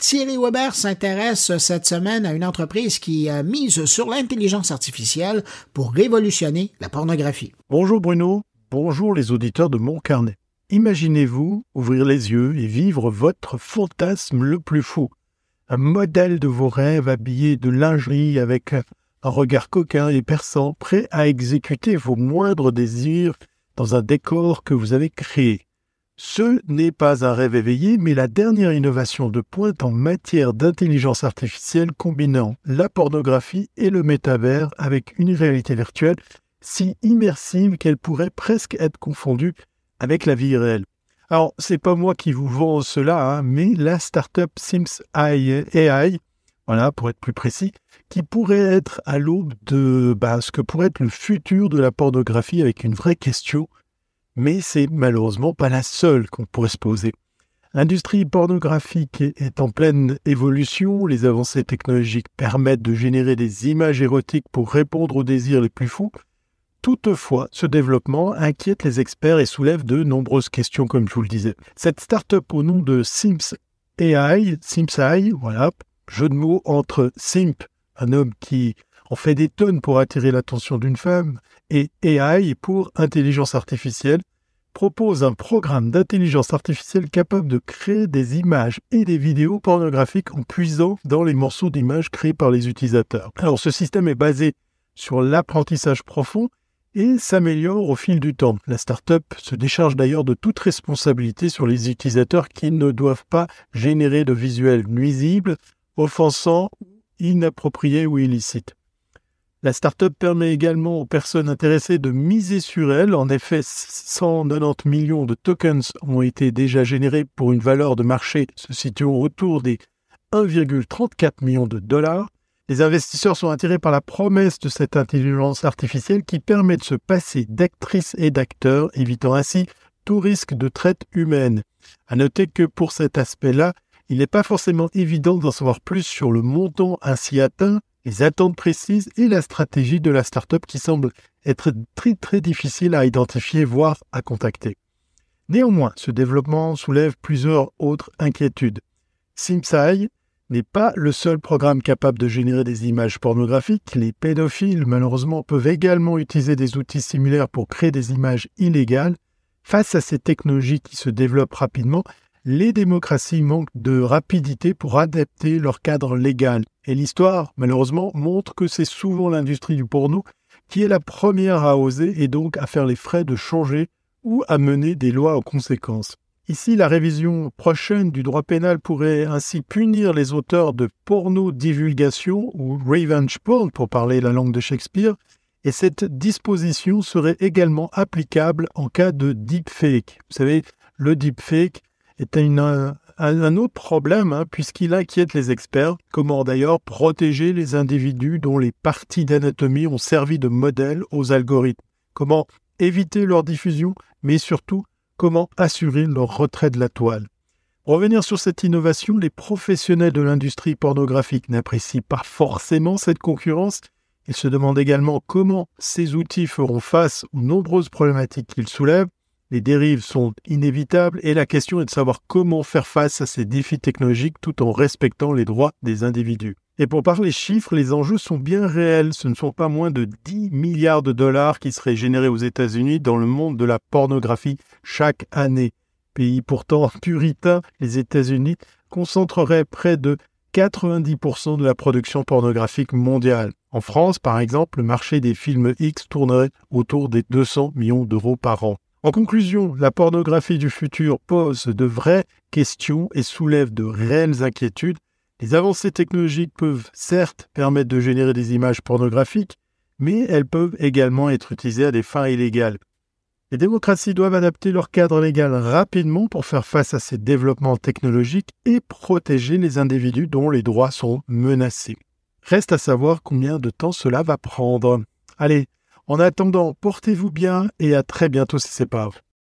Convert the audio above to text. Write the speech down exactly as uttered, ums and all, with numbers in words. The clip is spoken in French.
Thierry Weber s'intéresse cette semaine à une entreprise qui mise sur l'intelligence artificielle pour révolutionner la pornographie. Bonjour Bruno, bonjour les auditeurs de Mon Carnet. Imaginez-vous ouvrir les yeux et vivre votre fantasme le plus fou. Un modèle de vos rêves habillé de lingerie avec un regard coquin et perçant, prêt à exécuter vos moindres désirs dans un décor que vous avez créé. Ce n'est pas un rêve éveillé, mais la dernière innovation de pointe en matière d'intelligence artificielle combinant la pornographie et le métavers avec une réalité virtuelle si immersive qu'elle pourrait presque être confondue avec la vie réelle. Alors, c'est pas moi qui vous vends cela, hein, mais la start-up Sims A I, voilà, pour être plus précis, qui pourrait être à l'aube de bah, ce que pourrait être le futur de la pornographie avec une vraie question. Mais c'est malheureusement pas la seule qu'on pourrait se poser. L'industrie pornographique est en pleine évolution, les avancées technologiques permettent de générer des images érotiques pour répondre aux désirs les plus fous. Toutefois, ce développement inquiète les experts et soulève de nombreuses questions, comme je vous le disais. Cette start-up au nom de Sims A I, Sims A I, voilà, jeu de mots entre simp, un homme qui en fait des tonnes pour attirer l'attention d'une femme, et A I pour intelligence artificielle, propose un programme d'intelligence artificielle capable de créer des images et des vidéos pornographiques en puisant dans les morceaux d'images créés par les utilisateurs. Alors ce système est basé sur l'apprentissage profond et s'améliore au fil du temps. La start-up se décharge d'ailleurs de toute responsabilité sur les utilisateurs qui ne doivent pas générer de visuels nuisibles, offensants, inappropriés ou illicites. La start-up permet également aux personnes intéressées de miser sur elle. En effet, cent quatre-vingt-dix millions de tokens ont été déjà générés pour une valeur de marché se situant autour des un virgule trente-quatre millions de dollars. Les investisseurs sont attirés par la promesse de cette intelligence artificielle qui permet de se passer d'actrices et d'acteurs, évitant ainsi tout risque de traite humaine. À noter que pour cet aspect-là, il n'est pas forcément évident d'en savoir plus sur le montant ainsi atteint, les attentes précises et la stratégie de la start-up qui semble être très très difficile à identifier, voire à contacter. Néanmoins, ce développement soulève plusieurs autres inquiétudes. Sims A I n'est pas le seul programme capable de générer des images pornographiques. Les pédophiles, malheureusement, peuvent également utiliser des outils similaires pour créer des images illégales. Face à ces technologies qui se développent rapidement, les démocraties manquent de rapidité pour adapter leur cadre légal. Et l'histoire, malheureusement, montre que c'est souvent l'industrie du porno qui est la première à oser et donc à faire les frais de changer ou à mener des lois en conséquence. Ici, la révision prochaine du droit pénal pourrait ainsi punir les auteurs de porno-divulgation ou revenge porn, pour parler la langue de Shakespeare, et cette disposition serait également applicable en cas de deepfake. Vous savez, le deepfake est une, un, un autre problème hein, puisqu'il inquiète les experts. Comment d'ailleurs protéger les individus dont les parties d'anatomie ont servi de modèle aux algorithmes? Comment éviter leur diffusion, mais surtout comment assurer leur retrait de la toile? Pour revenir sur cette innovation, les professionnels de l'industrie pornographique n'apprécient pas forcément cette concurrence. Ils se demandent également comment ces outils feront face aux nombreuses problématiques qu'ils soulèvent. Les dérives sont inévitables et la question est de savoir comment faire face à ces défis technologiques tout en respectant les droits des individus. Et pour parler chiffres, les enjeux sont bien réels. Ce ne sont pas moins de dix milliards de dollars qui seraient générés aux États-Unis dans le monde de la pornographie chaque année. Pays pourtant puritain, les États-Unis concentreraient près de quatre-vingt-dix pour cent de la production pornographique mondiale. En France, par exemple, le marché des films X tournerait autour des deux cents millions d'euros par an. En conclusion, la pornographie du futur pose de vraies questions et soulève de réelles inquiétudes. Les avancées technologiques peuvent certes permettre de générer des images pornographiques, mais elles peuvent également être utilisées à des fins illégales. Les démocraties doivent adapter leur cadre légal rapidement pour faire face à ces développements technologiques et protéger les individus dont les droits sont menacés. Reste à savoir combien de temps cela va prendre. Allez, en attendant, portez-vous bien et à très bientôt si c'est pas grave.